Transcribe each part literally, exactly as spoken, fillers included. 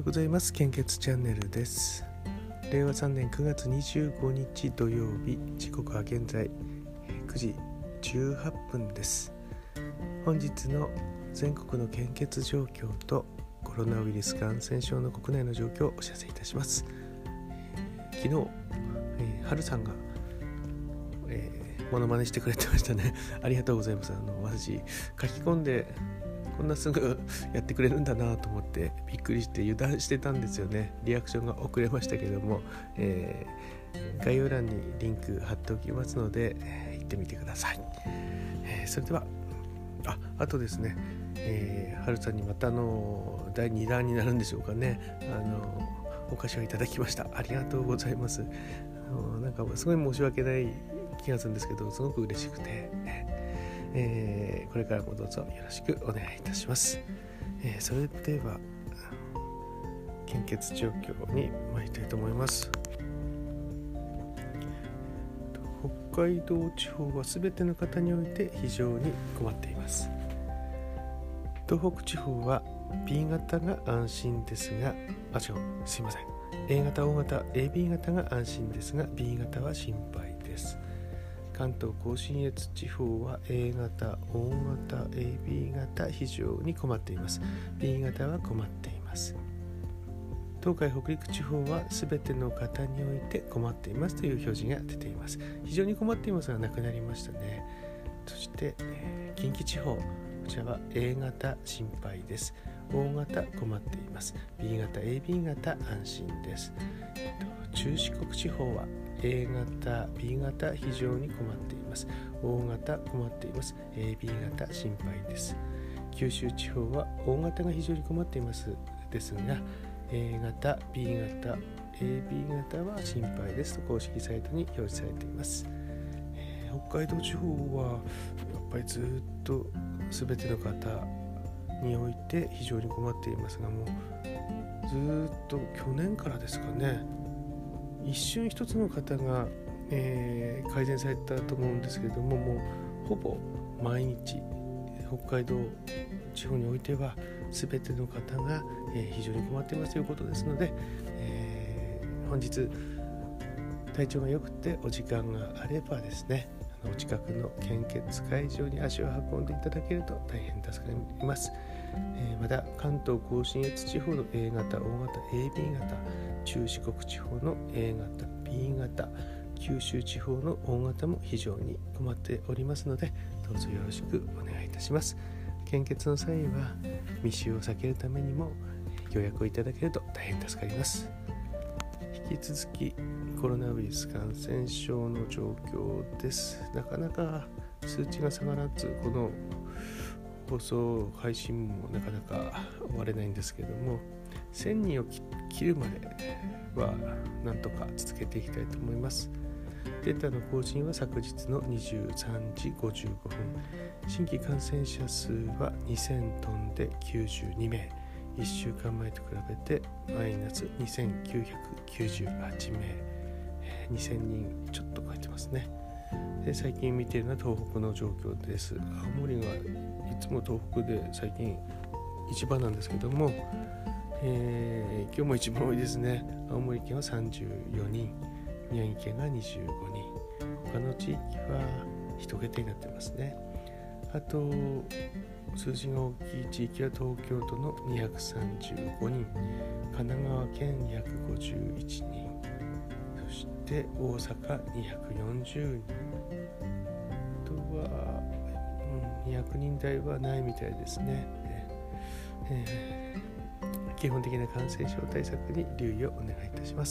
ございます。献血チャンネルです。れいわさんねんくがつにじゅうごにち土曜日、時刻は現在くじじゅうはっぷんです。本日の全国の献血状況とコロナウイルス感染症の国内の状況をお知らせいたします。昨日、えー、春さんが、えー、モノマネしてくれてましたね。ありがとうございます。あの私書き込んでこんなすぐやってくれるんだなと思ってびっくりして油断してたんですよね。リアクションが遅れましたけども、えー、概要欄にリンク貼っておきますので、えー、行ってみてください。えー、それではああとですね、えー、はるさんにまたのだいにだんになるんでしょうかね、あのお菓子をいただきました。ありがとうございます。あのなんかすごい申し訳ない気がするんですけど、すごく嬉しくて、えー、これからもどうぞよろしくお願いいたします。えー、それでは献血状況に参りたいと思います。北海道地方はすべての方において非常に困っています。東北地方は B 型が安心ですが、あ、違う、すいません。A 型、O 型、エービー 型が安心ですが、B 型は心配です。関東甲信越地方は A 型、O 型、エービー 型非常に困っています。B 型は困っています。東海北陸地方はすべての方において困っていますという表示が出ています。非常に困っていますがなくなりましたね。そして、えー、近畿地方、こちらは A 型心配です。O 型困っています。B 型、エービー 型安心です。中四国地方は A 型、B 型非常に困っています。O 型困っています。エービー 型心配です。九州地方は O 型が非常に困っていますですが、A 型、B 型、エービー 型は心配ですと公式サイトに表示されています。えー、北海道地方はやっぱりずっと全ての方において非常に困っていますが、もうずっと去年からですかね、一瞬一つの方が、えー、改善されたと思うんですけれども、もうほぼ毎日北海道地方においては全ての方が、えー、非常に困っていますということですので、えー、本日体調が良くてお時間があればですね、お近くの献血会場に足を運んでいただけると大変助かります。えー、また関東甲信越地方の A 型、O 型、エービー 型、中四国地方の A 型、B 型、九州地方の O 型も非常に困っておりますので、どうぞよろしくお願いいたします。献血の際は密集を避けるためにも予約をいただけると大変助かります。引き続きコロナウイルス感染症の状況です。なかなか数値が下がらず、この放送配信もなかなか終われないんですけども、せんにんを切るまではなんとか続けていきたいと思います。データの更新は昨日のにじゅうさんじごじゅうごふん、新規感染者数はにせん飛んできゅうじゅうにめい、いっしゅうかんまえと比べてマイナスにせんきゅうひゃくきゅうじゅうはちめい、にせんにんちょっと超えてますね。で、最近見ているのは東北の状況です。青森はいつも東北で最近一番なんですけども、えー、今日も一番多いですね。青森県はさんじゅうよにん、宮城県がにじゅうごにん、他の地域は一桁になってますね。あと数字が大きい地域は東京都のにひゃくさんじゅうごにん、神奈川県にひゃくごじゅういちにん、そして大阪にひゃくよんじゅうにん、あとは、うん、にひゃくにん台はないみたいですね。えー、基本的な感染症対策に留意をお願いいたします。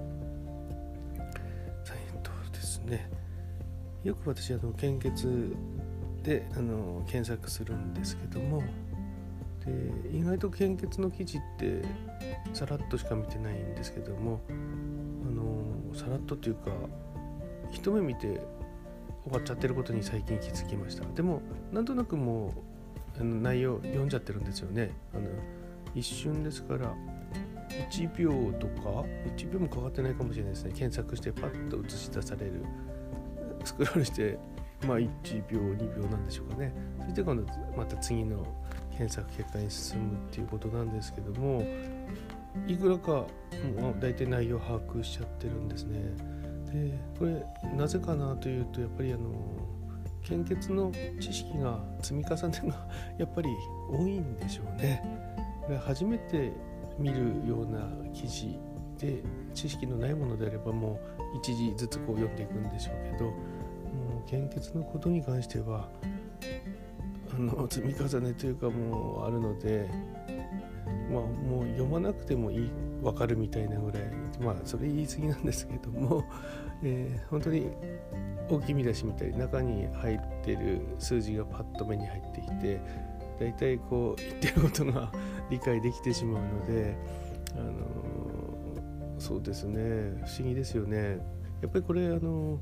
ね、よく私あの献血であの検索するんですけども、で意外と献血の記事ってさらっとしか見てないんですけども、あのさらっとというか一目見て終わっちゃってることに最近気づきました。でもなんとなくもうあの内容読んじゃってるんですよね。あの一瞬ですからいちびょうとかいちびょうもかかってないかもしれないですね。検索してパッと映し出される、スクロールしてまあいちびょうにびょうなんでしょうかね。そして今度また次の検索結果に進むっていうことなんですけども、 いくらかもう大体内容把握しちゃってるんですね。でこれなぜかなというと、やっぱりあの献血の知識が積み重ねがやっぱり多いんでしょうね。これ初めて見るような記事で知識のないものであればもう一字ずつこう読んでいくんでしょうけど、もう献血のことに関してはあの積み重ねというかもうあるので、まあもう読まなくてもいい分かるみたいなぐらい、まあそれ言い過ぎなんですけども、えー、本当に大きい見出しみたいに中に入ってる数字がパッと目に入ってきて、だいたいこう言ってることが理解できてしまうので、あのー、そうですね、不思議ですよね。やっぱりこれあの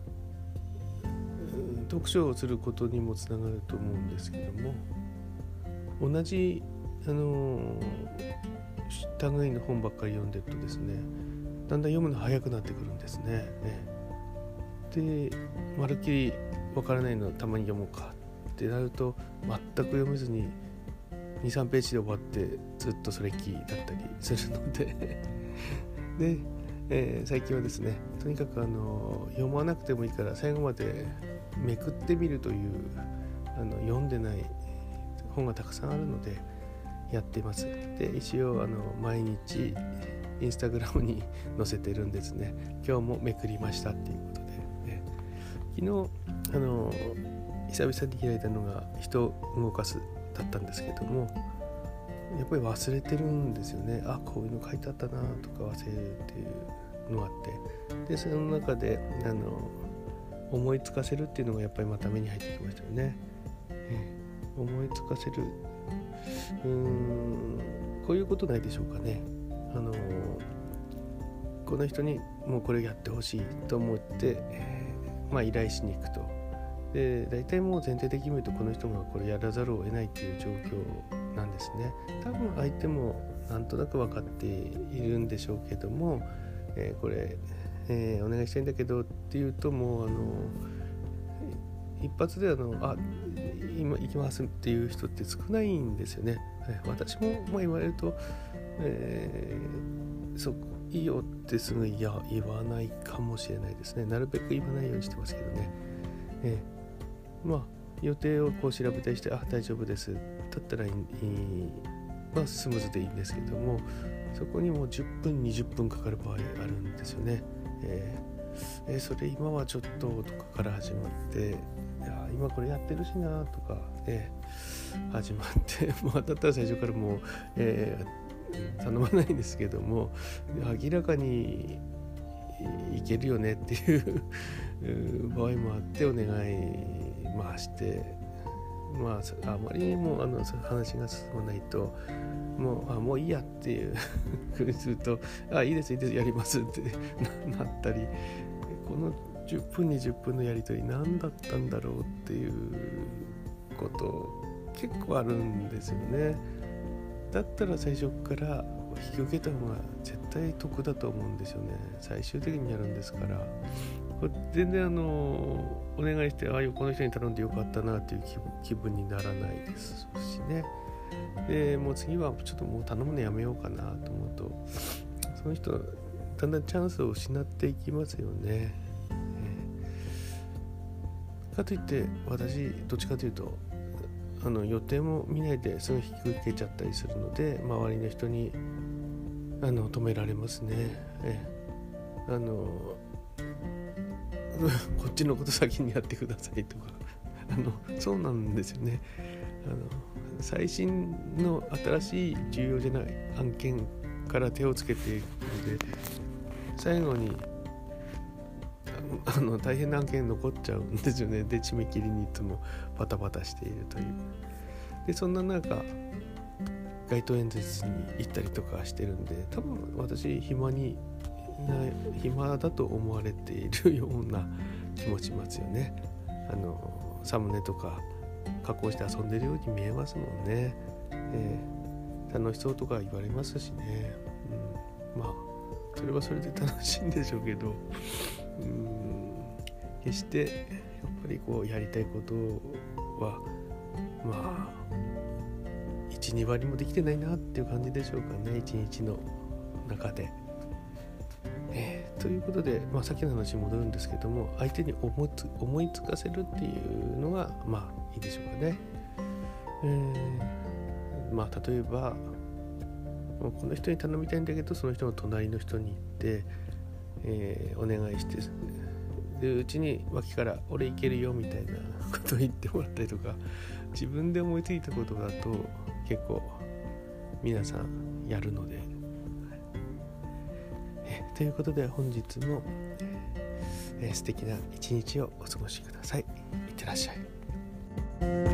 読書をすることにもつながると思うんですけども、同じあの類の本ばっかり読んでるとですね、だんだん読むの早くなってくるんですね。で、まるっきりわからないのをたまに読もうかってなると、全く読めずに に,さん ページで終わってずっとそれっきりだったりするのでで、えー、最近はですね、とにかくあの読まなくてもいいから最後までめくってみるというあの読んでない本がたくさんあるのでやっています。で、一応あの毎日インスタグラムに載せてるんですね。今日もめくりましたっていうことで、ね、昨日あの久々に開いたのが人を動かすだったんですけども、やっぱり忘れてるんですよね。あ、こういうの書いてあったなとか忘れるっていうのがあって、でその中であの思いつかせるっていうのがやっぱりまた目に入ってきましたよね。えー、思いつかせる、うーんこういうことないでしょうかね。あのこの人にもうこれやってほしいと思って、えーまあ、依頼しに行くと。で大体もう前提的に見るとこの人がこれやらざるを得ないという状況なんですね。多分相手もなんとなく分かっているんでしょうけども、えー、これ、えー、お願いしたいんだけどっていうと、もうあの一発であのあ今行きますっていう人って少ないんですよね。はい、私もまあ言われると、えー、そういいよってすぐいや言わないかもしれないですね。なるべく言わないようにしてますけどね。えー、まあ予定をこう調べたりして、あ大丈夫ですだったらいい、まあスムーズでいいんですけども、そこにもじゅっぷんにじゅっぷんかかる場合あるんですよね。えーえー、それ今はちょっととかから始まって、いや今これやってるしなとか、えー、始まってまあだったら最初からもう、えー、頼まないんですけども、明らかにいけるよねっていう場合もあってお願い回して、まああまりにもあの話が進まないともうあもういいやっていうふうにすると、あいいですいいですやりますってなったり、このじゅっぷんにじゅっぷんのやり取り何だったんだろうっていうこと結構あるんですよね。だったら最初から引き受けた方が絶対得だと思うんですよね。最終的にやるんですから、全然あのお願いしてああいうこの人に頼んでよかったなっていう気分にならないですしね。でもう次はちょっともう頼むのやめようかなと思うと、その人だんだんチャンスを失っていきますよね。かといって私どっちかというとあの予定も見ないですぐ引き受けちゃったりするので、周りの人にあの止められますね。えあのこっちのこと先にやってくださいとかあのそうなんですよね。あの最新の新しい重要じゃない案件から手をつけていくので、最後にあの大変な案件残っちゃうんですよね。で締め切りにいつもバタバタしているという。でそんな中街頭演説に行ったりとかしてるんで、多分私暇に暇だと思われているような気もしますよね。あのサムネとか加工して遊んでるように見えますもんね。えー、楽しそうとか言われますしね、うん、まあそれはそれで楽しいんでしょうけど、うん、決してやっぱりこうやりたいことはまあ いち,に 割もできてないなっていう感じでしょうかね。いちにちの中で、えー、ということで、まあ、さっきの話に戻るんですけども、相手に思いつ、思いつかせるっていうのがまあいいでしょうかね。えー、まあ例えばこの人に頼みたいんだけど、その人の隣の人に行って、えー、お願いして、でうちに脇から俺いけるよみたいなことを言ってもらったりとか、自分で思いついたことだと結構皆さんやるので、えということで本日も、えー、素敵な一日をお過ごしください。いってらっしゃい。